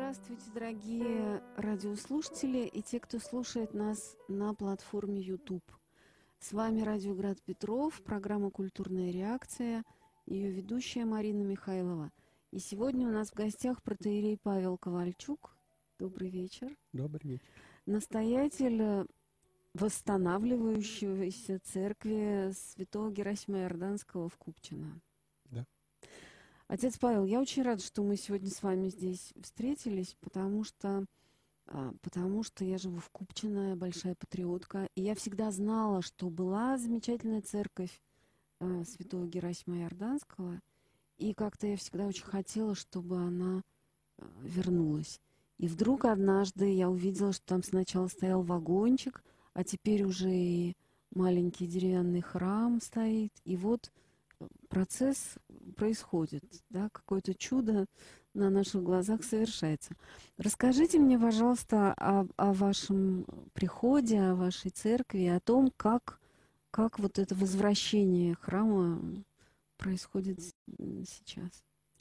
Здравствуйте, дорогие радиослушатели и те, кто слушает нас на платформе YouTube. С вами Радио Град Петров, программа «Культурная реакция», ее ведущая Марина Михайлова. И сегодня у нас в гостях протоиерей Павел Ковальчук. Добрый вечер. Добрый вечер. Настоятель восстанавливающейся церкви святого Герасима Иорданского в Купчино. Да. Отец Павел, я очень рада, что мы сегодня с вами здесь встретились, потому что я живу в Купчино, большая патриотка, и я всегда знала, что была замечательная церковь святого Герасима Иорданского, и как-то я всегда очень хотела, чтобы она вернулась. И вдруг однажды я увидела, что там сначала стоял вагончик, а теперь уже и маленький деревянный храм стоит, и вот процесс происходит, да, какое-то чудо на наших глазах совершается. Расскажите мне, пожалуйста, о вашем приходе, о вашей церкви, о том, как вот это возвращение храма происходит сейчас.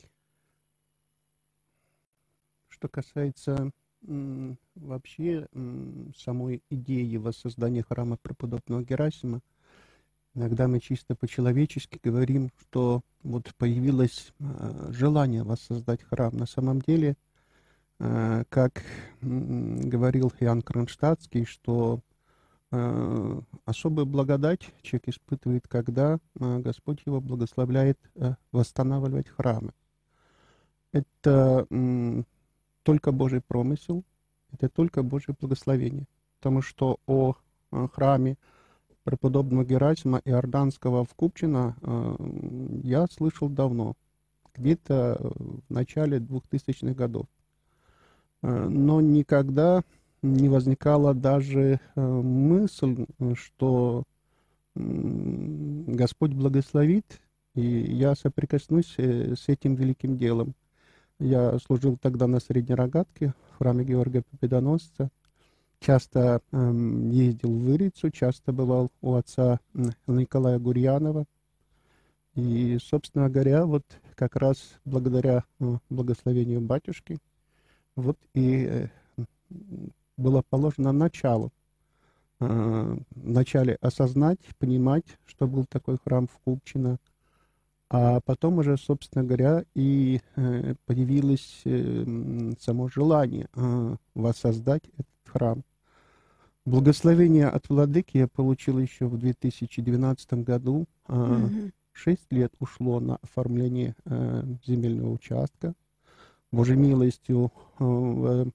Что касается вообще самой идеи воссоздания храма преподобного Герасима, иногда мы чисто по-человечески говорим, что вот появилось желание воссоздать храм. На самом деле, как говорил Иоанн Кронштадтский, что особую благодать человек испытывает, когда Господь его благословляет восстанавливать храмы. Это только Божий промысел, это только Божье благословение. Потому что о храме преподобного Герасима Иорданского в Купчино я слышал давно, где-то в начале 2000-х годов. Но никогда не возникала даже мысль, что Господь благословит, и я соприкоснусь с этим великим делом. Я служил тогда на Средней Рогатке, в храме Георгия Победоносца. Часто ездил в Вырицу, часто бывал у отца Николая Гурьянова. И, собственно говоря, вот как раз благодаря благословению батюшки, вот и было положено начало. Вначале осознать, понимать, что был такой храм в Купчино, а потом уже, собственно говоря, и появилось само желание воссоздать этот храм. Благословение от владыки я получил еще в 2012 году. 6 лет ушло на оформление земельного участка. Божьей милостью в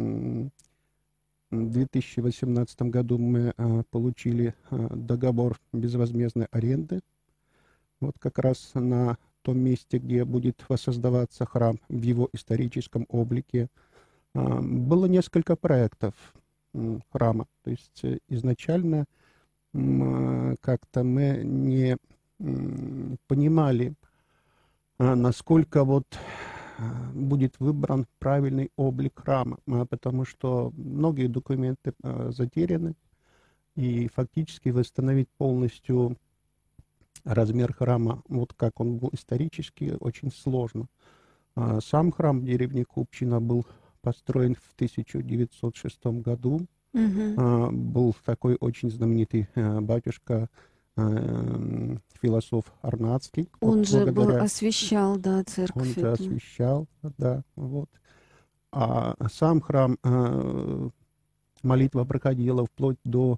2018 году мы получили договор безвозмездной аренды. Вот как раз на том месте, где будет воссоздаваться храм в его историческом облике. Было несколько проектов храма. То есть изначально как-то мы не понимали, насколько вот будет выбран правильный облик храма, потому что многие документы затеряны, и фактически восстановить полностью размер храма, вот как он был исторически, очень сложно. Сам храм в деревне Купчино был построен в 1906 году. Был такой очень знаменитый батюшка, философ Арнацкий. Он же освящал, да, церковь. Он же освящал, да, вот. А сам храм, молитва проходила вплоть до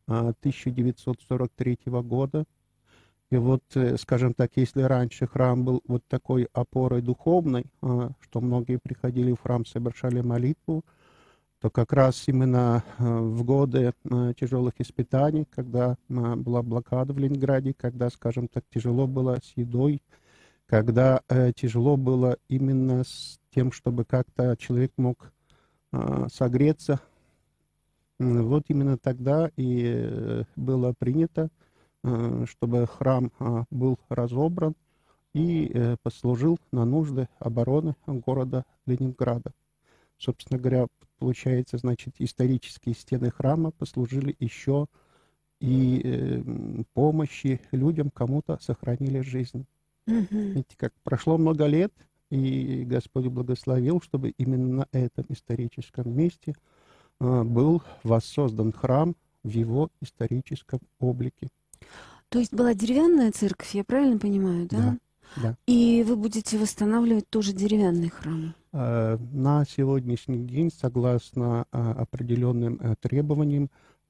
1943 года. И вот, скажем так, если раньше храм был вот такой опорой духовной, что многие приходили в храм, совершали молитву, то как раз именно в годы тяжелых испытаний, когда была блокада в Ленинграде, когда, скажем так, тяжело было с едой, когда тяжело было именно с тем, чтобы как-то человек мог согреться, вот именно тогда и было принято, чтобы храм был разобран и послужил на нужды обороны города Ленинграда. Собственно говоря, получается, значит, исторические стены храма послужили еще и помощи людям, кому-то сохранили жизнь. Видите, как прошло много лет, и Господь благословил, чтобы именно на этом историческом месте был воссоздан храм в его историческом облике. То есть была деревянная церковь, я правильно понимаю, да? Да, да. И вы будете восстанавливать тоже деревянный храм? На сегодняшний день, согласно определенным требованиям,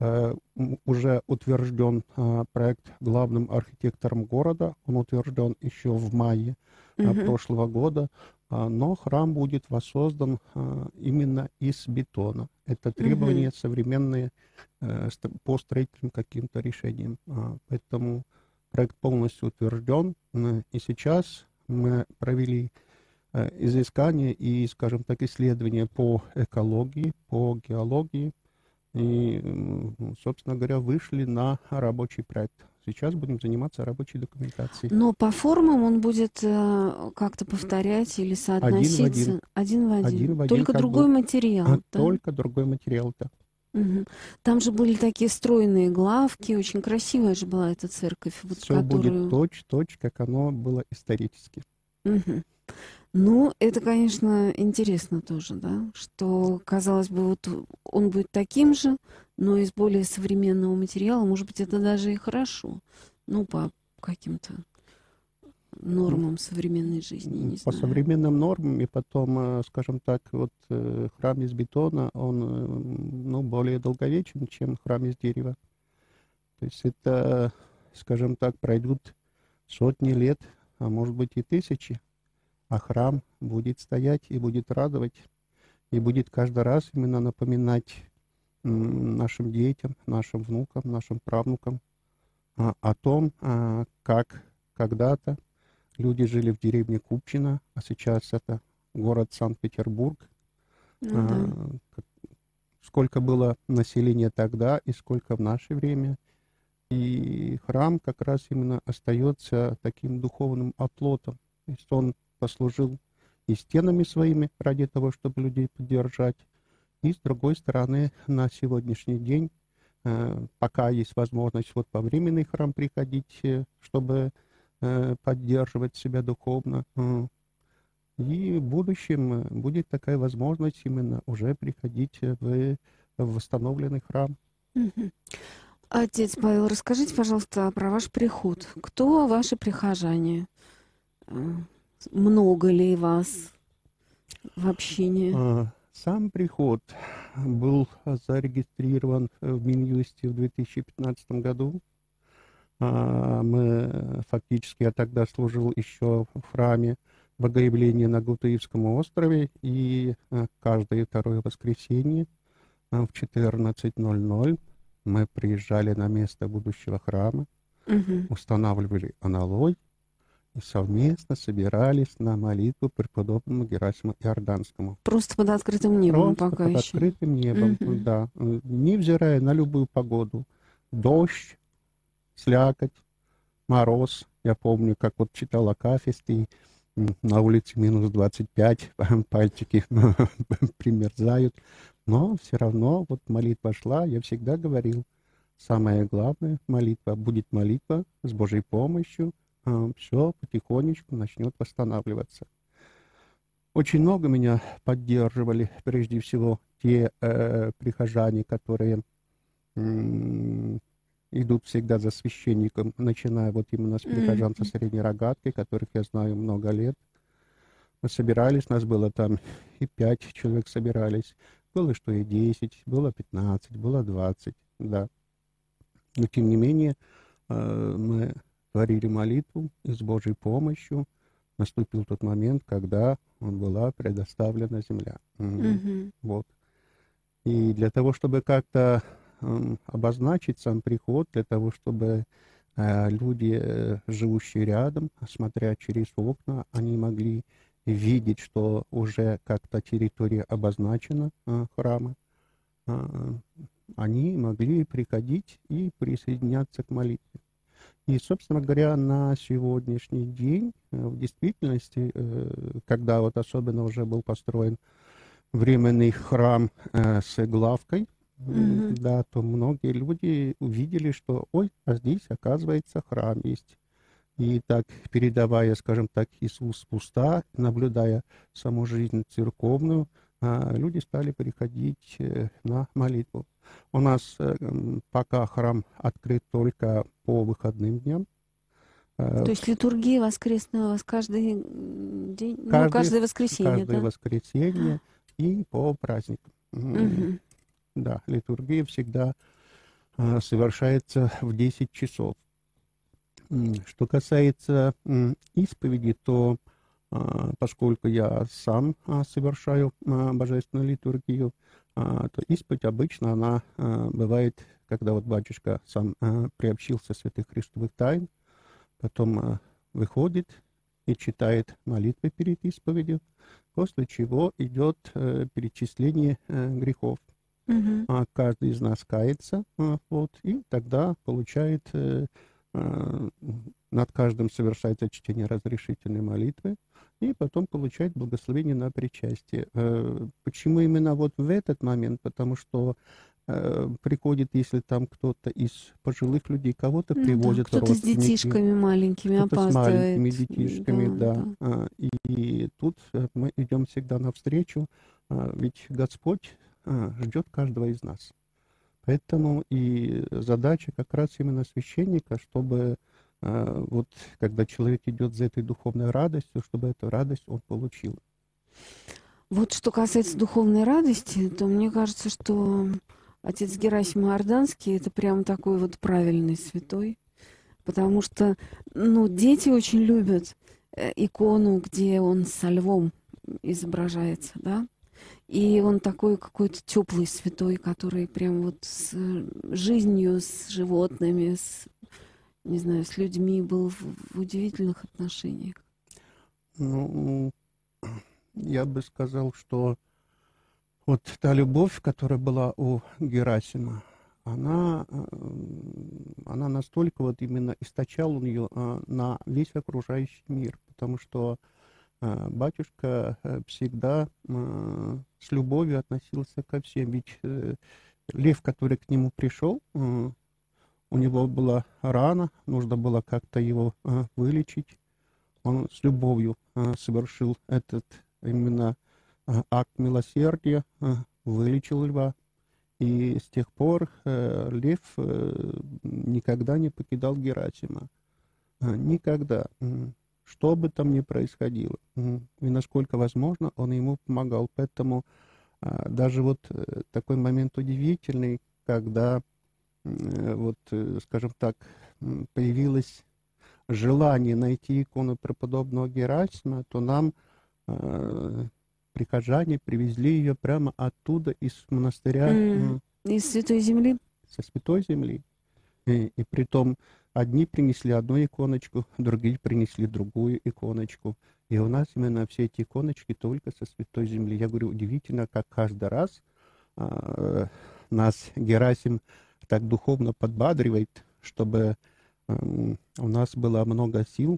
уже утвержден проект главным архитектором города. Он утвержден еще в мае прошлого года. Но храм будет воссоздан именно из бетона. Это требования современные по строительным каким-то решениям. Поэтому проект полностью утвержден. И сейчас мы провели изыскания и, скажем так, исследования по экологии, по геологии. И, собственно говоря, вышли на рабочий проект. Сейчас будем заниматься рабочей документацией. Но по формам он будет как-то повторять или соотноситься? Один в один. Только другой материал, да? Только другой материал, да. Угу. Там же были такие стройные главки, очень красивая же была эта церковь. Вот, все будет точь-точь, как оно было исторически. Угу. Ну, это, конечно, интересно тоже, да, что, казалось бы, вот он будет таким же, но из более современного материала, может быть, это даже и хорошо, ну, по каким-то нормам современной жизни, не по знаю. Современным нормам, и потом, скажем так, вот храм из бетона, он, ну, более долговечен, чем храм из дерева. То есть это, скажем так, пройдут сотни лет, а может быть и тысячи, а храм будет стоять и будет радовать, и будет каждый раз именно напоминать нашим детям, нашим внукам, нашим правнукам о том, как когда-то люди жили в деревне Купчино, а сейчас это город Санкт-Петербург. Да. Сколько было населения тогда и сколько в наше время. И храм как раз именно остается таким духовным оплотом. То есть он послужил и стенами своими ради того, чтобы людей поддержать. И с другой стороны, на сегодняшний день, пока есть возможность вот во временный храм приходить, чтобы поддерживать себя духовно. И в будущем будет такая возможность именно уже приходить в восстановленный храм. Отец Павел, расскажите, пожалуйста, про ваш приход. Кто ваши прихожане? Много ли вас в общине? Сам приход был зарегистрирован в Минюсте в 2015 году. Я тогда служил еще в храме Богоявления на Гутаевском острове, и каждое второе воскресенье в 14:00 мы приезжали на место будущего храма, устанавливали аналой и совместно собирались на молитву преподобному Герасиму Иорданскому. Просто под открытым небом пока под еще. Открытым небом, да. Невзирая на любую погоду. Дождь, слякоть, мороз. Я помню, как вот читал акафист, и на улице минус 25, пальчики примерзают. Но все равно вот молитва шла, я всегда говорил, самое главное, молитва. Будет молитва с Божьей помощью, все потихонечку начнет восстанавливаться. Очень много меня поддерживали, прежде всего, те прихожане, которые идут всегда за священником, начиная вот именно с прихожан со средней рогаткой, которых я знаю много лет. Мы собирались, нас было там и 5 человек собирались. Было что и 10, было 15, было 20, да. Но тем не менее мы творили молитву, и с Божьей помощью наступил тот момент, когда была предоставлена земля. Вот. И для того, чтобы как-то обозначить сам приход, для того, чтобы люди, живущие рядом, смотря через окна, они могли видеть, что уже как-то территория обозначена храма, они могли приходить и присоединяться к молитве. И, собственно говоря, на сегодняшний день, в действительности, когда вот особенно уже был построен временный храм с главкой, да, то многие люди увидели, что, ой, а здесь, оказывается, храм есть. И так, передавая, скажем так, из уст в уста, наблюдая саму жизнь церковную, люди стали приходить на молитву. У нас пока храм открыт только по выходным дням. То есть литургия воскресная у вас каждый день, ну, Каждый, каждое воскресенье, каждое да? воскресенье и по праздникам. Мгм. Да, литургия всегда совершается в 10 часов. Что касается исповеди, то поскольку я сам совершаю божественную литургию, то исповедь обычно она бывает, когда вот батюшка сам приобщился святых христовых тайн, потом выходит и читает молитвы перед исповедью, после чего идет перечисление грехов. Мгм. Каждый из нас кается, вот, и тогда получает, над каждым совершается чтение разрешительной молитвы, и потом получает благословение на причастие. Почему именно вот в этот момент? Потому что приходит, если там кто-то из пожилых людей, кого-то Ну да, привозят кто-то с родственники, детишками маленькими кто-то с маленькими опаздывает. детишками, Да, да. да. И тут мы идем всегда навстречу, ведь Господь ждет каждого из нас. Поэтому и задача как раз именно священника, чтобы вот когда человек идет за этой духовной радостью, чтобы эту радость он получил. Вот что касается духовной радости, то мне кажется, что отец Герасим Иорданский — это прям такой вот правильный святой, потому что, ну, дети очень любят икону, где он со львом изображается, да, и он такой какой-то теплый святой, который прям вот с жизнью, с животными, с, не знаю, с людьми был в удивительных отношениях. Ну, я бы сказал, что вот та любовь, которая была у Герасима, она настолько вот именно источал он ее на весь окружающий мир, потому что батюшка всегда с любовью относился ко всем. Ведь лев, который к нему пришел, у него была рана, нужно было как-то его вылечить. Он с любовью совершил этот именно акт милосердия, вылечил льва. И с тех пор лев никогда не покидал Герасима. Никогда. Что бы там ни происходило. И насколько возможно, он ему помогал. Поэтому даже вот такой момент удивительный, когда вот, скажем так, появилось желание найти икону преподобного Герасима, то нам прихожане привезли ее прямо оттуда, из монастыря, Из Святой Земли? со Святой Земли. И притом одни принесли одну иконочку, другие принесли другую иконочку. И у нас именно все эти иконочки только со Святой Земли. Я говорю, удивительно, как каждый раз нас Герасим так духовно подбадривает, чтобы у нас было много сил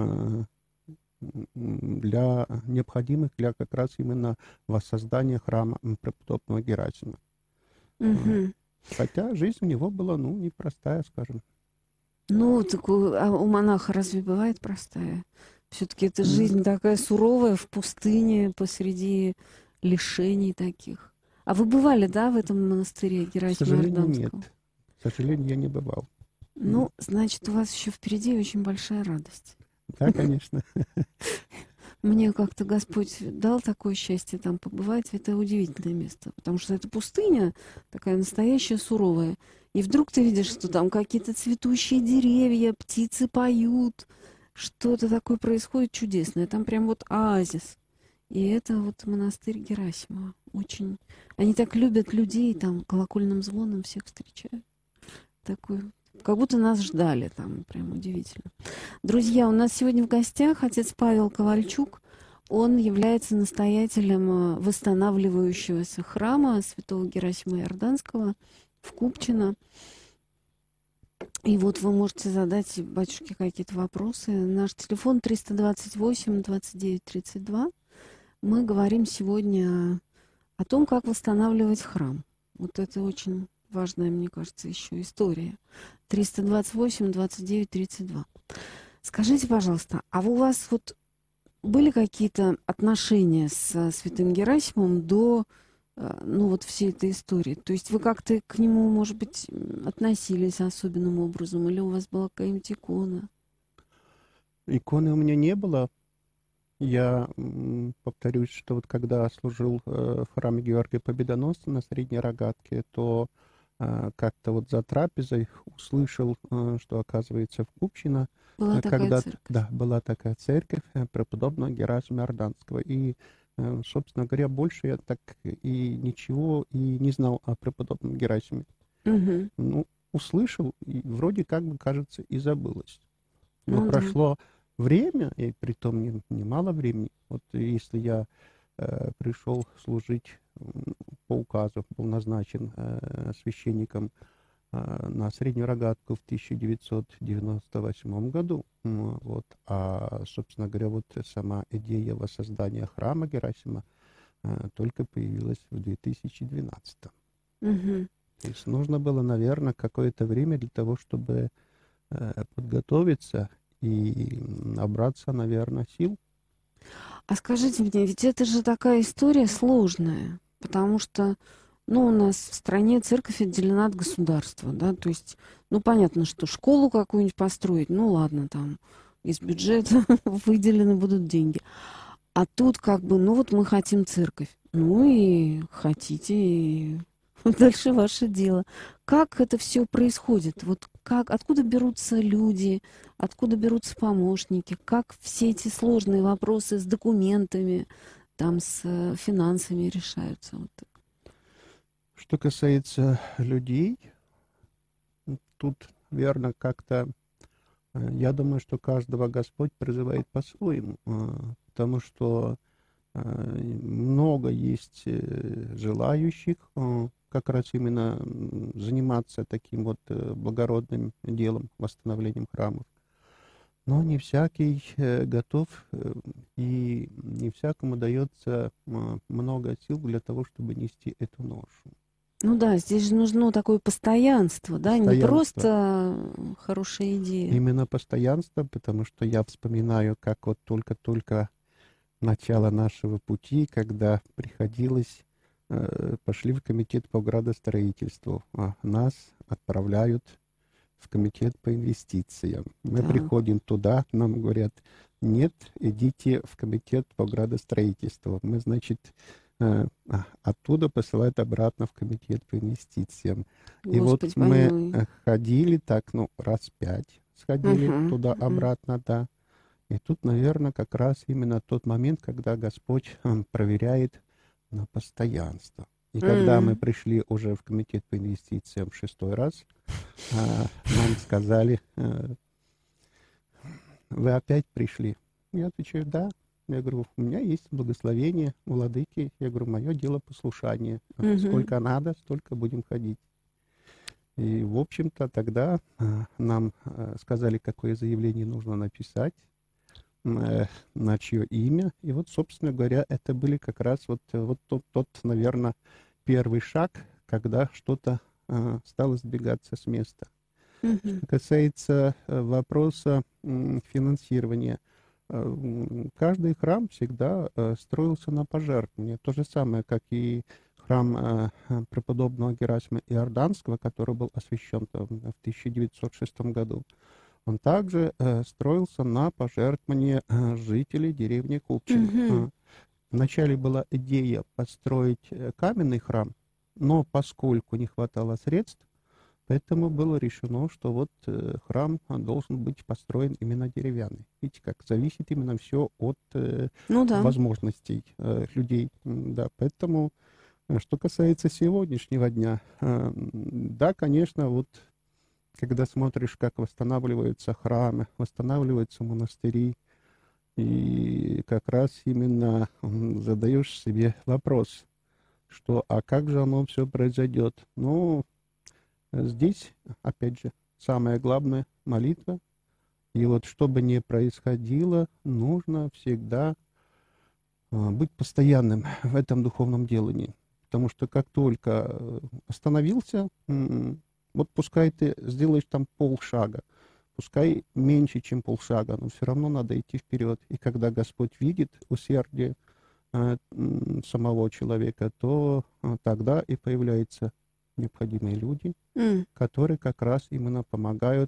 для необходимых для как раз именно воссоздания храма преподобного Герасима. Угу. Хотя жизнь у него была, ну, непростая, скажем. Ну, так у монаха разве бывает простая? Все-таки это жизнь такая суровая в пустыне, посреди лишений таких. А вы бывали, да, в этом монастыре К Герасима сожалению, нет. Иорданского? К сожалению, я не бывал. Ну, значит, у вас еще впереди очень большая радость. Да, конечно. Мне как-то Господь дал такое счастье там побывать. Это удивительное место, потому что это пустыня такая настоящая, суровая. И вдруг ты видишь, что там какие-то цветущие деревья, птицы поют, что-то такое происходит чудесное. Там прям вот оазис. И это вот монастырь Герасима. Очень... Они так любят людей, там колокольным звоном всех встречают. Такой... Как будто нас ждали там, прям удивительно. Друзья, у нас сегодня в гостях отец Павел Ковальчук. Он является настоятелем восстанавливающегося храма святого Герасима Иорданского в Купчино. И вот вы можете задать батюшке какие-то вопросы. Наш телефон 328-29-32. Мы говорим сегодня о том, как восстанавливать храм. Вот это очень важная, мне кажется, еще история. 328-29-32. Скажите, пожалуйста, а у вас вот были какие-то отношения с святым Герасимом до, ну, вот всей этой истории? То есть вы как-то к нему, может быть, относились особенным образом, или у вас была какая-нибудь икона? Иконы у меня не было. Я повторюсь, что вот когда служил в храме Георгия Победоносца на Средней Рогатке, то как-то вот за трапезой услышал, что, оказывается, в Купчино Была такая когда-то, церковь. да, была такая церковь преподобного Герасима Орданского. И, собственно говоря, больше я так и ничего и не знал о преподобном Герасиме. Мгм. Ну, услышал, и вроде как бы, кажется, и забылось. Но Ну да. прошло время, и притом немало времени. Вот если я пришел служить по указу, был назначен священником на Среднюю Рогатку в 1998 году. Вот. А, собственно говоря, вот сама идея воссоздания храма Герасима только появилась в 2012. Мгм. То есть нужно было, наверное, какое-то время для того, чтобы подготовиться и набраться, наверное, сил. А скажите мне, ведь это же такая история сложная, потому что, ну, у нас в стране церковь отделена от государства, да, то есть, ну, понятно, что школу какую-нибудь построить, ну, ладно, там из бюджета выделены будут деньги. А тут как бы, ну, вот мы хотим церковь. Ну и хотите, и дальше ваше дело. Как это все происходит? Вот как, откуда берутся люди, откуда берутся помощники, как все эти сложные вопросы с документами, там, с финансами решаются? Вот так. Что касается людей, тут верно как-то, я думаю, что каждого Господь призывает по-своему, потому что много есть желающих как раз именно заниматься таким вот благородным делом, восстановлением храмов. Но не всякий готов, и не всякому дается много сил для того, чтобы нести эту ношу. Ну да, здесь же нужно такое постоянство, да, не Постоянство. просто хорошая идея. Именно постоянство, потому что я вспоминаю, как вот только-только начало нашего пути, когда приходилось, пошли в комитет по градостроительству, а нас отправляют в комитет по инвестициям. Мы Так. приходим туда, нам говорят, нет, идите в комитет по градостроительству. Мы, значит, оттуда посылают обратно в комитет по инвестициям. И вот Господи мы помилуй. ходили так, ну, раз 5 сходили Мгм, мгм. туда-обратно, да. И тут, наверное, как раз именно тот момент, когда Господь проверяет на постоянство. И когда мы М. пришли уже в комитет по инвестициям в 6-й раз, нам сказали, вы опять пришли. Я отвечаю, да. Я говорю, у меня есть благословение владыки. Я говорю, мое дело послушание. Мгм. Сколько надо, столько будем ходить. И, в общем-то, тогда нам сказали, какое заявление нужно написать, на чье имя. И вот, собственно говоря, это были как раз вот тот, наверное, первый шаг, когда что-то стало сдвигаться с места. Мгм. Что касается вопроса финансирования, каждый храм всегда строился на пожертвования. То же самое, как и храм преподобного Герасима Иорданского, который был освящен там в 1906 году. Он также строился на пожертвования жителей деревни Купчино. Мгм. Вначале была идея построить каменный храм, но поскольку не хватало средств, поэтому было решено, что вот храм должен быть построен именно деревянный. Видите, как зависит именно все от Ну да. возможностей людей. Да, поэтому, что касается сегодняшнего дня, да, конечно, вот когда смотришь, как восстанавливаются храмы, восстанавливаются монастыри, и как раз именно задаешь себе вопрос, что а как же оно все произойдет? Ну, здесь, опять же, самое главное — молитва. И вот что бы ни происходило, нужно всегда быть постоянным в этом духовном делании. Потому что как только остановился, вот пускай ты сделаешь там полшага, пускай меньше, чем полшага, но все равно надо идти вперед. И когда Господь видит усердие самого человека, то тогда и появляются необходимые люди, которые как раз именно помогают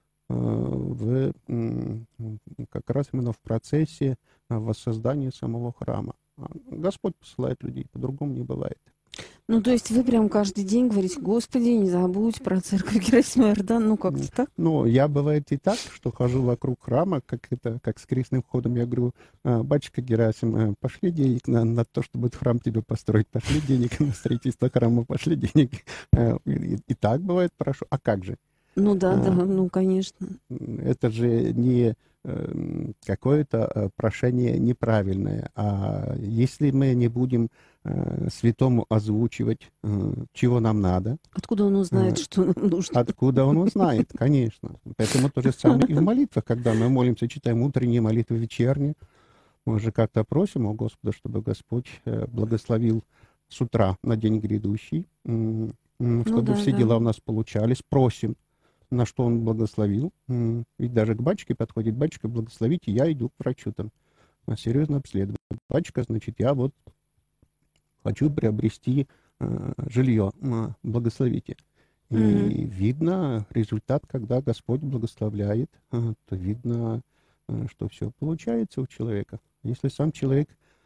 как раз именно в процессе воссоздания самого храма. Господь посылает людей, по-другому не бывает. Ну, то есть вы прям каждый день говорите: Господи, не забудь про церковь Герасима Иордана, ну, как-то так? Ну, я, бывает, и так, что хожу вокруг храма, как с крестным входом, я говорю: батюшка Герасим, пошли денег на то, чтобы этот храм тебе построить, пошли денег на строительство храма, пошли денег. И так бывает, прошу. А как же? Ну да, ну, конечно. Это же не какое-то прошение неправильное. А если мы не будем святому озвучивать, чего нам надо. Откуда он узнает, что нам нужно? Откуда он узнает, конечно. Поэтому то же самое и в молитвах, когда мы молимся, читаем утренние молитвы, вечерние. Мы же как-то просим у Господа, чтобы Господь благословил с утра на день грядущий, чтобы все дела у нас получались. Просим, на что он благословил. Ведь даже к батюшке подходит: батюшка, благословите, я иду к врачу там на серьезное обследование. Батюшка, значит, я вот хочу приобрести жилье, благословите. И видно результат, когда Господь благословляет, то видно, что все получается у человека. Если сам человек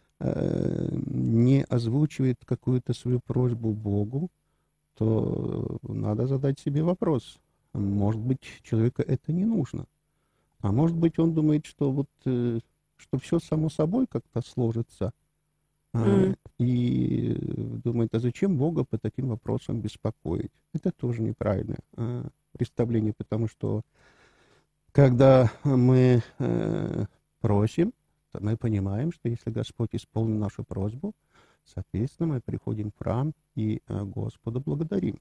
не озвучивает какую-то свою просьбу Богу, то надо задать себе вопрос: может быть, человеку это не нужно. А может быть, он думает, что вот что все само собой как-то сложится. И думает: а зачем Бога по таким вопросам беспокоить? Это тоже неправильное представление, потому что когда мы просим, то мы понимаем, что если Господь исполнил нашу просьбу, соответственно, мы приходим в храм и Господа благодарим.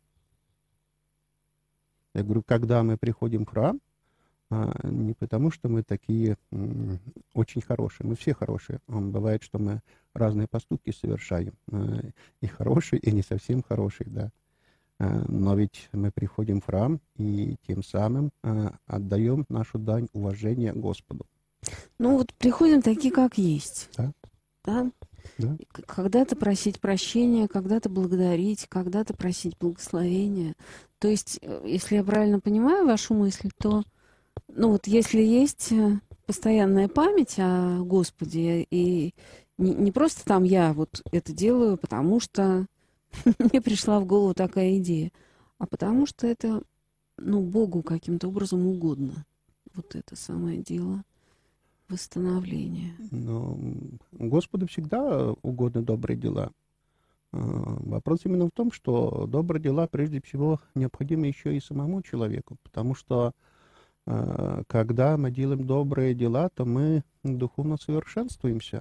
Я говорю, когда мы приходим в храм, не потому, что мы такие очень хорошие. Мы все хорошие. Бывает, что мы разные поступки совершаем. И хорошие, и не совсем хорошие, да. Но ведь мы приходим в храм и тем самым отдаем нашу дань уважения Господу. Ну вот приходим такие, как есть. Да. Да? Да. Когда-то просить прощения, когда-то благодарить, когда-то просить благословения. То есть, если я правильно понимаю вашу мысль, то ну вот если есть постоянная память о Господе, и не просто там я вот это делаю, потому что мне пришла в голову такая идея, а потому что это, ну, Богу каким-то образом угодно. Вот это самое дело восстановления. Но Господу всегда угодны добрые дела. Вопрос именно в том, что добрые дела прежде всего необходимы еще и самому человеку, потому что когда мы делаем добрые дела, то мы духовно совершенствуемся.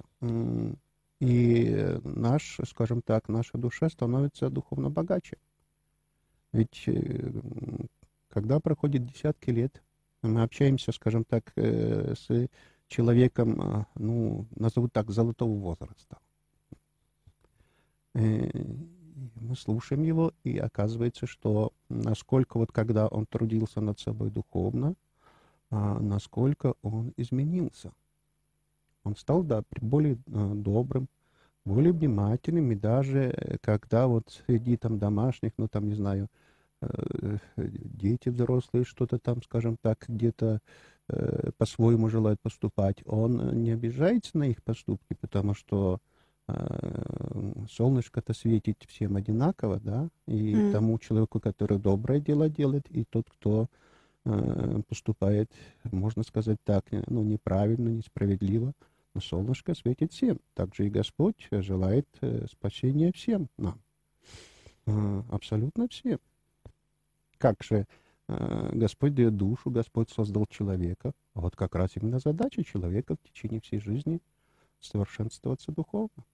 И скажем так, наша душа становится духовно богаче. Ведь когда проходит десятки лет, мы общаемся, скажем так, с человеком, ну, назову так, золотого возраста. Мы слушаем его, и оказывается, что насколько вот когда он трудился над собой духовно, насколько он изменился. Он стал, да, более добрым, более внимательным, и даже когда вот среди там домашних, ну там, не знаю, дети взрослые что-то там, скажем так, где-то по-своему желают поступать, он не обижается на их поступки, потому что солнышко-то светит всем одинаково, да, и тому человеку, который доброе дело делает, и тот, кто поступает, можно сказать так, ну, неправильно, несправедливо, но солнышко светит всем. Также и Господь желает спасения всем нам. Абсолютно всем. Как же Господь дает душу, Господь создал человека. А вот как раз именно задача человека в течение всей жизни совершенствоваться духовно.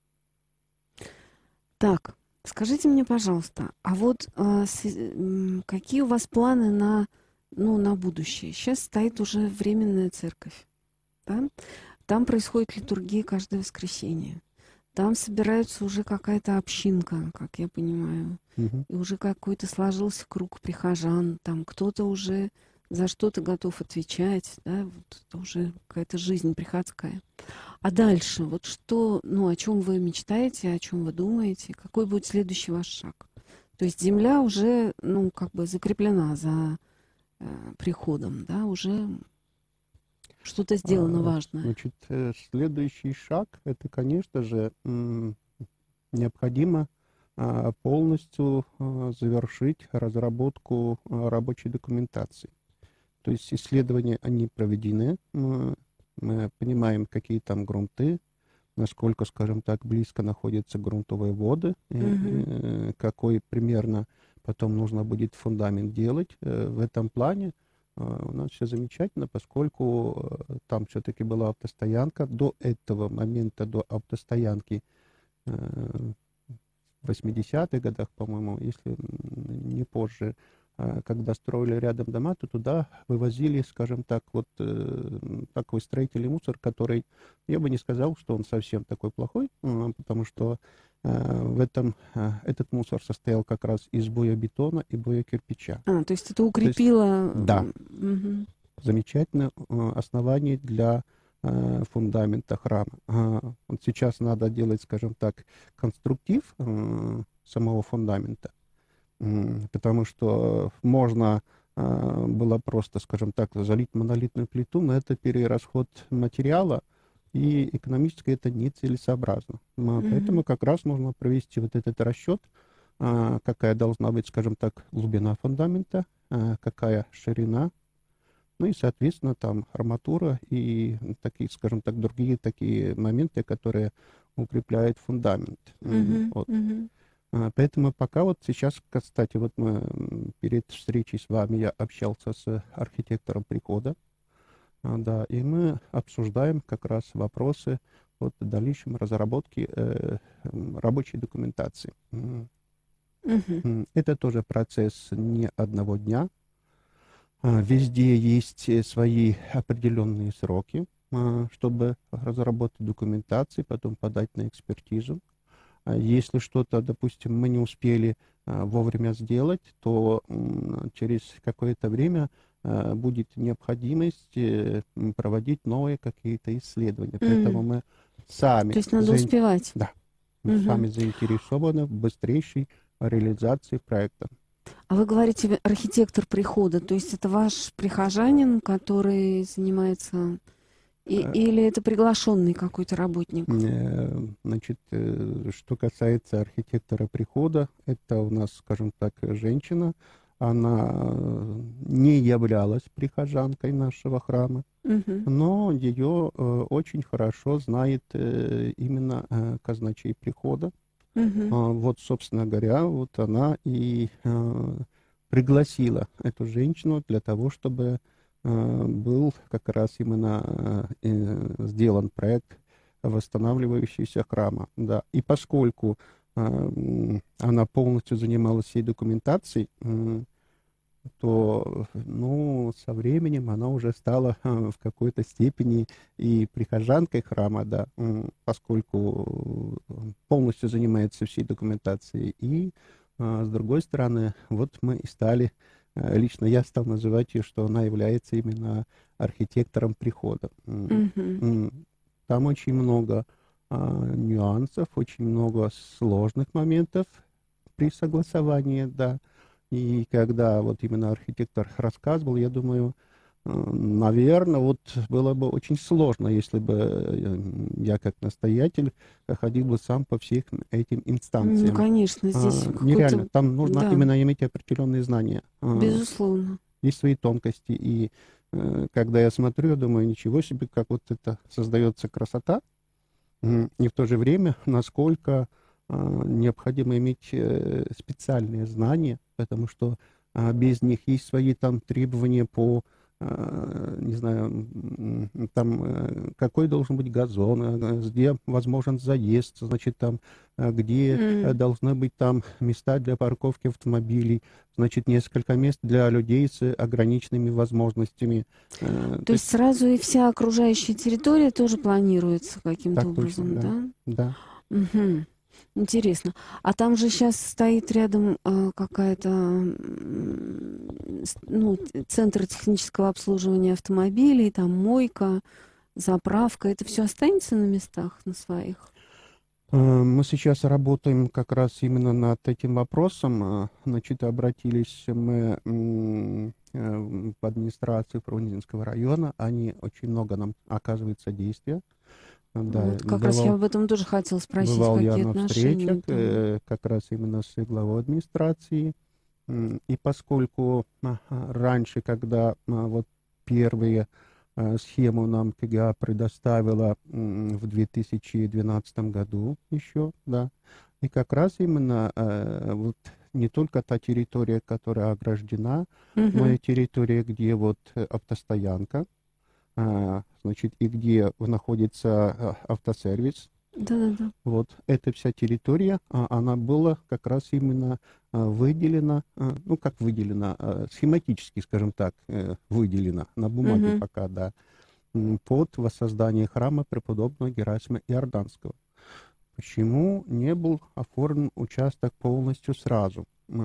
Так, скажите мне, пожалуйста, а вот какие у вас планы на будущее? Сейчас стоит уже временная церковь, да? Там происходит литургия каждое воскресенье. Там собирается уже какая-то общинка, как я понимаю. И уже какой-то сложился круг прихожан. Там кто-то уже за что ты готов отвечать, да, вот это уже какая-то жизнь приходская. А дальше, вот что, ну, о чем вы мечтаете, о чем вы думаете, какой будет следующий ваш шаг? То есть земля уже, ну, как бы закреплена за приходом, да, уже что-то сделано важное. Значит, следующий шаг, это, конечно же, необходимо полностью завершить разработку рабочей документации. То есть исследования, они проведены, мы понимаем, какие там грунты, насколько, скажем так, близко находятся грунтовые воды, какой примерно потом нужно будет фундамент делать. В этом плане у нас все замечательно, поскольку там все-таки была автостоянка. До этого момента, до автостоянки в 80-х годах, по-моему, если не позже, когда строили рядом дома, то туда вывозили, скажем так, вот такой строительный мусор, который, я бы не сказал, что он совсем такой плохой, потому что этот мусор состоял как раз из боебетона и боекирпича. То есть это укрепило... Да. Замечательное основание для фундамента храма. Вот сейчас надо делать, скажем так, конструктив самого фундамента, потому что можно было просто, скажем так, залить монолитную плиту, но это перерасход материала, и экономически это нецелесообразно. Поэтому как раз можно провести вот этот расчет, какая должна быть, скажем так, глубина фундамента, какая ширина, ну и, соответственно, там арматура и такие, скажем так, другие такие моменты, которые укрепляют фундамент. Поэтому пока вот сейчас, кстати, вот мы перед встречей с вами я общался с архитектором прихода, да, и мы обсуждаем как раз вопросы о дальнейшем разработке рабочей документации. Это тоже процесс не одного дня. Везде есть свои определенные сроки, чтобы разработать документацию, потом подать на экспертизу. Если что-то, допустим, мы не успели вовремя сделать, то через какое-то время будет необходимость проводить новые какие-то исследования. Поэтому мы сами... То есть надо успевать. Да. Мы сами заинтересованы в быстрейшей реализации проекта. А вы говорите, архитектор прихода, то есть это ваш прихожанин, который занимается... Или это приглашенный какой-то работник? Значит, что касается архитектора прихода, это у нас, скажем так, женщина. Она не являлась прихожанкой нашего храма, но ее очень хорошо знает именно казначей прихода. Вот, собственно говоря, вот она и пригласила эту женщину для того, чтобы был как раз именно сделан проект восстанавливающийся храма. Да. И поскольку она полностью занималась всей документацией, то со временем она уже стала в какой-то степени и прихожанкой храма, да, поскольку полностью занимается всей документацией. И с другой стороны, вот мы и стали, лично я стал называть ее, что она является именно архитектором прихода. Там очень много нюансов, очень много сложных моментов при согласовании, да. И когда вот именно архитектор рассказывал, я думаю, наверное, вот было бы очень сложно, если бы я как настоятель ходил бы сам по всем этим инстанциям. Ну, конечно, здесь нереально. Там нужно именно иметь определенные знания. Безусловно. Есть свои тонкости. И когда я смотрю, я думаю, ничего себе, как вот это создается красота. И в то же время, насколько необходимо иметь специальные знания, потому что без них есть свои там требования по, не знаю, там какой должен быть газон, где возможен заезд, значит, там, где должны быть там места для парковки автомобилей, значит, несколько мест для людей с ограниченными возможностями. То есть сразу и вся окружающая территория тоже планируется каким-то образом, точно, да? Да. Интересно. А там же сейчас стоит рядом какая-то, ну, центр технического обслуживания автомобилей, там мойка, заправка. Это все останется на местах, на своих? Мы сейчас работаем как раз именно над этим вопросом. Значит, обратились мы в администрацию Фрунзенского района. Они очень много нам оказывают содействия. Да, Вот как раз я об этом тоже хотела спросить, бывал я какие на встречах отношения там. как раз именно с главой администрации. И поскольку раньше, когда вот первые схему нам КГА предоставила в 2012 году еще, да, и как раз именно вот не только та территория, которая ограждена, но Мгм. и территория, где вот автостоянка, значит, и где находится автосервис, Да-да-да. вот эта вся территория, она была как раз именно выделена, ну как выделена, схематически, скажем так, выделена на бумаге Мгм. пока, да, под воссоздание храма преподобного Герасима Иорданского. Почему не был оформлен участок полностью сразу?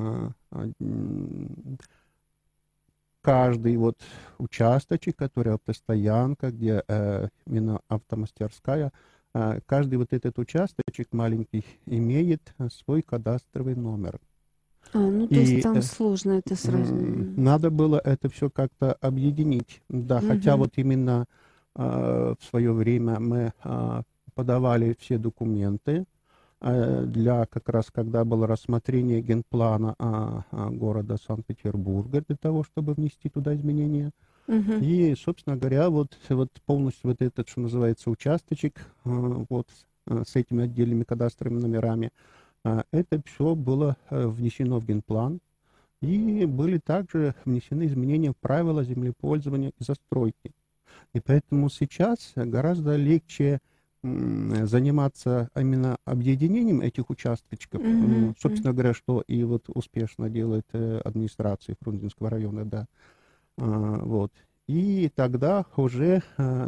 Каждый вот участочек, который автостоянка, где именно автомастерская, каждый вот этот участочек маленький имеет свой кадастровый номер. Ну, то есть И там сложно это сразу. надо было это все как-то объединить. Да, хотя Мгм. вот именно в свое время мы подавали все документы для как раз, когда было рассмотрение генплана города Санкт-Петербурга для того, чтобы внести туда изменения. Мгм. И, собственно говоря, вот полностью вот этот, что называется, участочек, вот с этими отдельными кадастровыми номерами, это все было внесено в генплан, и были также внесены изменения в правила землепользования и застройки. И поэтому сейчас гораздо легче заниматься именно объединением этих участочков, Мгм. собственно говоря, что и вот успешно делает администрация Фрунзенского района, да. Вот. И тогда уже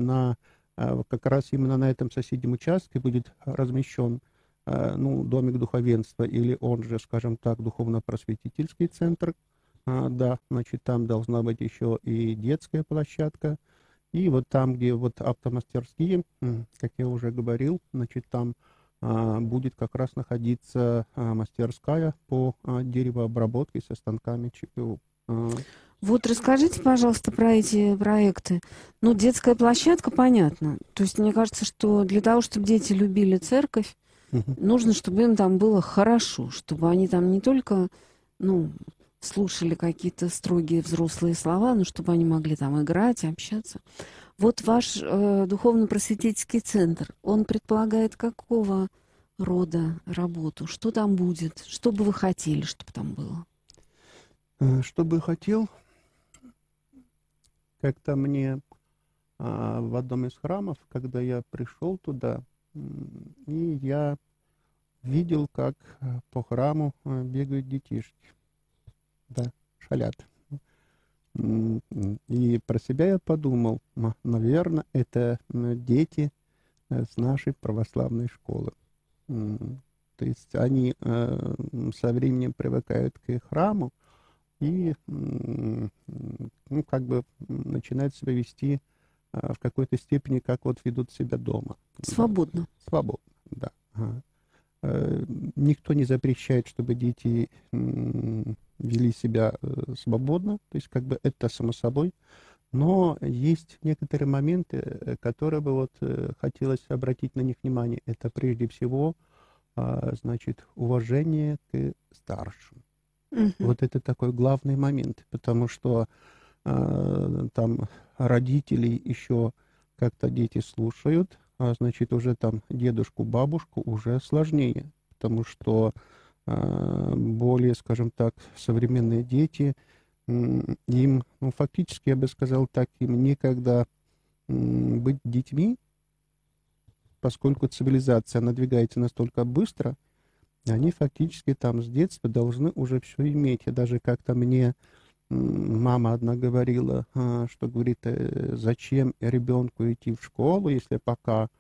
как раз именно на этом соседнем участке будет размещен ну, домик духовенства, или он же, скажем так, духовно-просветительский центр. Да, значит, там должна быть еще и детская площадка. И вот там, где вот автомастерские, как я уже говорил, значит, там будет как раз находиться мастерская по деревообработке со станками ЧПУ. Вот расскажите, пожалуйста, про эти проекты. Ну, детская площадка, понятно. То есть мне кажется, что для того, чтобы дети любили церковь, Мгм. нужно, чтобы им там было хорошо, чтобы они там не только, ну, слушали какие-то строгие взрослые слова, но чтобы они могли там играть, общаться. Вот ваш духовно-просветительский центр, он предполагает какого рода работу? Что там будет? Что бы вы хотели, чтобы там было? Что бы хотел, как-то мне в одном из храмов, когда я пришел туда, и я видел, как по храму бегают детишки, да, шалят. И про себя я подумал, наверное, это дети с нашей православной школы. То есть они со временем привыкают к храму и ну, как бы начинают себя вести в какой-то степени, как вот ведут себя дома. Да. Свободно. Свободно, да. Ага. Никто не запрещает, чтобы дети вели себя свободно, то есть как бы это само собой, но есть некоторые моменты, которые бы вот хотелось обратить на них внимание. Это прежде всего, значит, уважение к старшим. Мгм. Вот это такой главный момент, потому что там родителей еще как-то дети слушают, а значит уже там дедушку, бабушку уже сложнее, потому что более, скажем так, современные дети, им, ну, фактически, я бы сказал так, им некогда быть детьми, поскольку цивилизация надвигается настолько быстро, они фактически там с детства должны уже все иметь. И даже как-то мне мама одна говорила, что, говорит, зачем ребенку идти в школу, если пока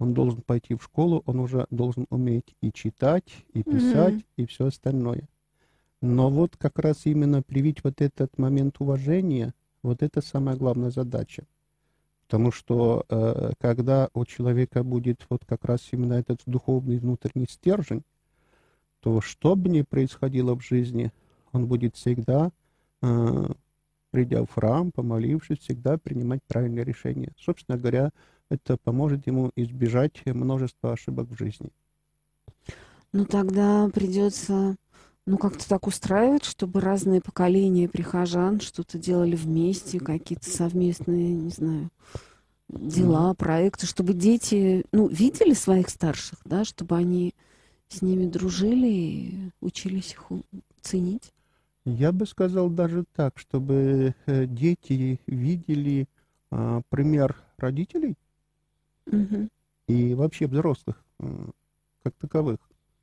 он должен пойти в школу, он уже должен уметь и читать, и писать, и все остальное. Но вот как раз именно привить вот этот момент уважения, вот это самая главная задача. Потому что когда у человека будет вот как раз именно этот духовный внутренний стержень, то что бы ни происходило в жизни, он будет всегда, придя в храм, помолившись, всегда принимать правильное решение. Собственно говоря, это поможет ему избежать множества ошибок в жизни. Ну, тогда придется, ну, как-то так устраивать, чтобы разные поколения прихожан что-то делали вместе, какие-то совместные, не знаю, дела, проекты, чтобы дети, ну, видели своих старших, да, чтобы они с ними дружили и учились их ценить. Я бы сказал даже так, чтобы дети видели пример родителей Мгм. и вообще взрослых как таковых.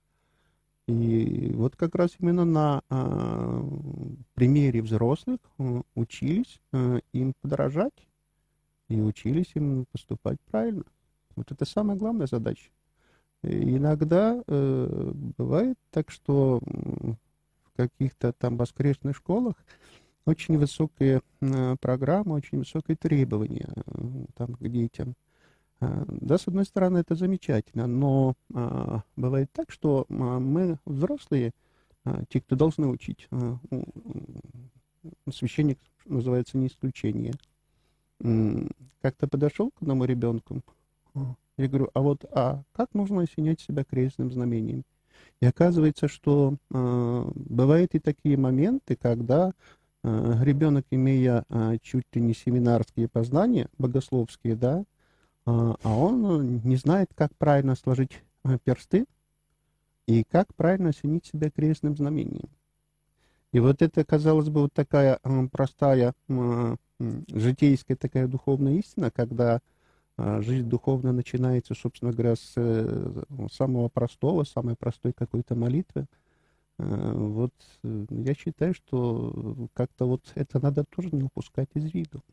И вот как раз именно на примере взрослых учились им подражать и учились им поступать правильно. Вот это самая главная задача. И иногда бывает так, что в каких-то там воскресных школах очень высокие программы, очень высокие требования там, к детям. Да, с одной стороны, это замечательно, но бывает так, что мы, взрослые, те, кто должны учить, священник, называется, не исключение, как-то подошел к одному ребенку, я говорю, а как нужно осенять себя крестным знамением? И оказывается, что бывают и такие моменты, когда ребенок, имея чуть ли не семинарские познания, богословские, да, а он не знает, как правильно сложить персты и как правильно осенить себя крестным знамением. И вот это, казалось бы, вот такая простая житейская такая духовная истина, когда жизнь духовная начинается, собственно говоря, с самого простого, самой простой какой-то молитвы. Вот я считаю, что как-то вот это надо тоже не упускать из виду.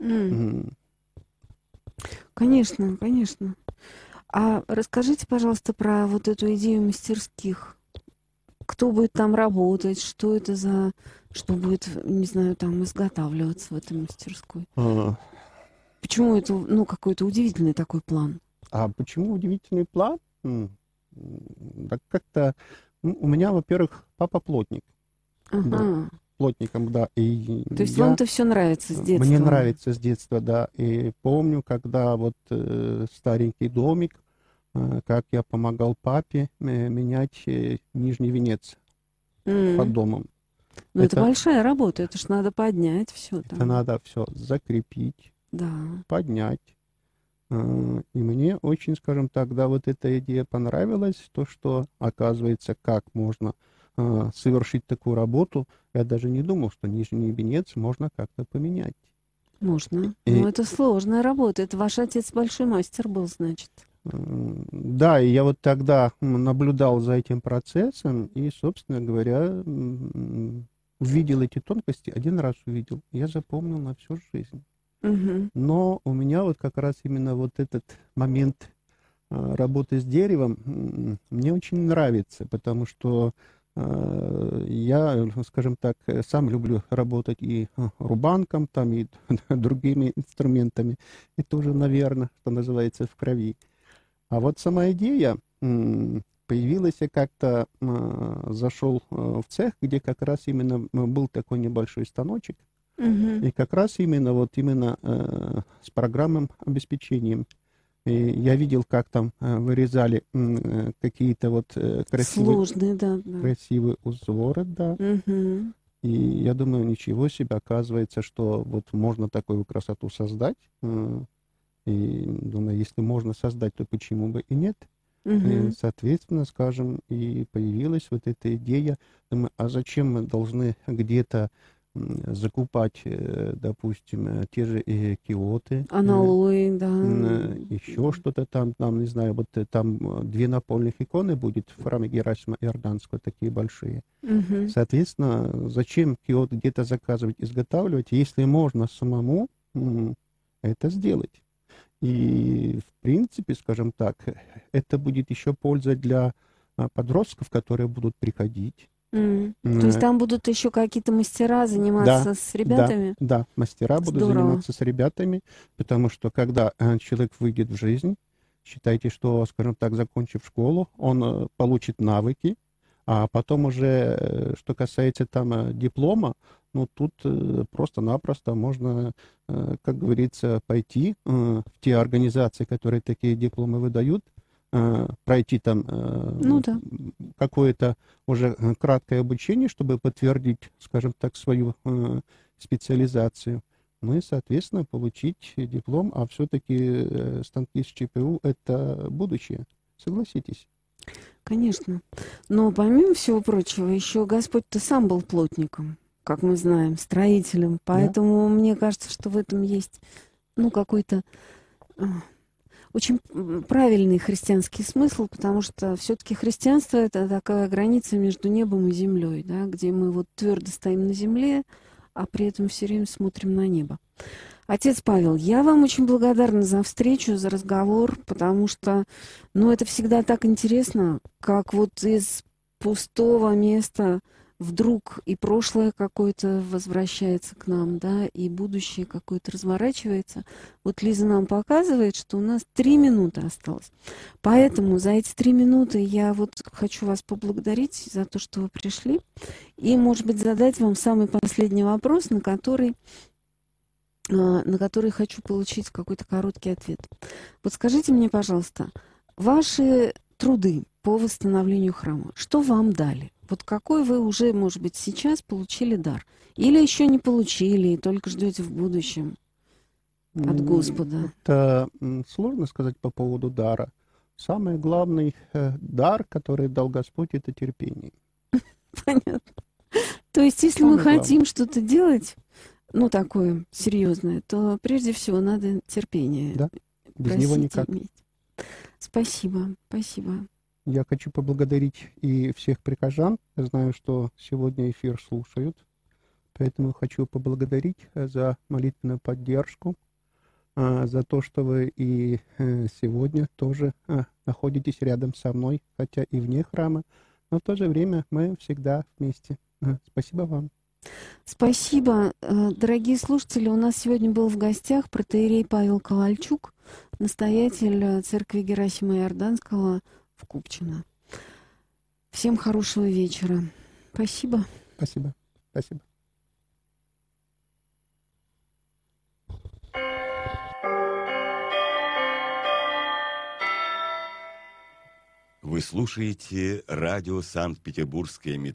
Конечно, конечно. А расскажите, пожалуйста, про вот эту идею мастерских. Кто будет там работать, что это за... Что будет, не знаю, там изготавливаться в этой мастерской? Почему это, ну, какой-то удивительный такой план? А почему удивительный план? Да как-то... у меня, во-первых, папа плотник. Ага. Плотником, да. И То есть вам это все нравится с детства? Мне нравится с детства, да. И помню, когда вот старенький домик, как я помогал папе менять нижний венец под домом. Ну, это большая работа, это ж надо поднять все там. Это надо все закрепить, да, поднять. И мне очень, скажем так, да, вот эта идея понравилась, то, что, оказывается, как можно совершить такую работу. Я даже не думал, что нижний венец можно как-то поменять. Можно. Но это сложная работа. Это ваш отец большой мастер был, значит. Да, и я вот тогда наблюдал за этим процессом и, собственно говоря, увидел эти тонкости, один раз увидел. Я запомнил на всю жизнь. Но у меня вот как раз именно вот этот момент работы с деревом мне очень нравится, потому что я, скажем так, сам люблю работать и рубанком, там, и другими инструментами. Это уже, наверное, что называется, в крови. А вот сама идея появилась, я как-то зашел в цех, где как раз именно был такой небольшой станочек, и как раз именно с программным обеспечением. И я видел, как там вырезали какие-то вот сложные, красивые узоры, да. И я думаю, ничего себе, оказывается, что вот можно такую красоту создать. И думаю, если можно создать, то почему бы и нет? И, соответственно, скажем, и появилась вот эта идея. Думаю, а зачем мы должны где-то закупать, допустим, те же киоты, аналои, да, еще что-то там, не знаю, вот там 2 напольных иконы будет в храме Герасима Иорданского, такие большие. Соответственно, зачем киот где-то заказывать, изготавливать, если можно самому это сделать? И, в принципе, скажем так, это будет еще польза для подростков, которые будут приходить. То есть там будут еще какие-то мастера Да, заниматься с да, ребятами? да, мастера будут Здорово. заниматься с ребятами, потому что когда человек выйдет в жизнь, считайте, что, скажем так, закончив школу, он получит навыки, а потом уже, что касается там диплома, ну тут просто-напросто можно, как говорится, пойти в те организации, которые такие дипломы выдают, пройти там Ну да. какое-то уже краткое обучение, чтобы подтвердить, скажем так, свою специализацию. Ну и, соответственно, получить диплом, а все-таки станки с ЧПУ — это будущее. Согласитесь? Конечно. Но помимо всего прочего, еще Господь-то сам был плотником, как мы знаем, строителем. Да, Поэтому мне кажется, что в этом есть, ну, какой-то очень правильный христианский смысл, потому что все-таки христианство — это такая граница между небом и землей, да, где мы вот твердо стоим на земле, а при этом все время смотрим на небо. Отец Павел, я вам очень благодарна за встречу, за разговор, потому что, ну, это всегда так интересно, как вот из пустого места вдруг и прошлое какое-то возвращается к нам, да, и будущее какое-то разворачивается. Вот Лиза нам показывает, что у нас 3 минуты осталось. Поэтому за эти 3 минуты я вот хочу вас поблагодарить за то, что вы пришли, и, может быть, задать вам самый последний вопрос, на который хочу получить какой-то короткий ответ. Вот скажите мне, пожалуйста, ваши труды по восстановлению храма, что вам дали? Вот какой вы уже, может быть, сейчас получили дар? Или еще не получили и только ждете в будущем от Господа? Это сложно сказать по поводу дара. Самый главный дар, который дал Господь, это терпение. Понятно. То есть, если мы Самое главное. хотим что-то делать, ну, такое серьезное, то прежде всего надо терпение. Да, без него Просить, никак. иметь. Спасибо, спасибо. Я хочу поблагодарить и всех прихожан. Я знаю, что сегодня эфир слушают, поэтому хочу поблагодарить за молитвенную поддержку, за то, что вы и сегодня тоже находитесь рядом со мной, хотя и вне храма, но в то же время мы всегда вместе. Спасибо вам. Спасибо. Дорогие слушатели, у нас сегодня был в гостях протоиерей Павел Ковальчук, настоятель церкви Герасима Иорданского в Купчино. Всем хорошего вечера. Спасибо. Спасибо. Спасибо. Вы слушаете радио Санкт-Петербургская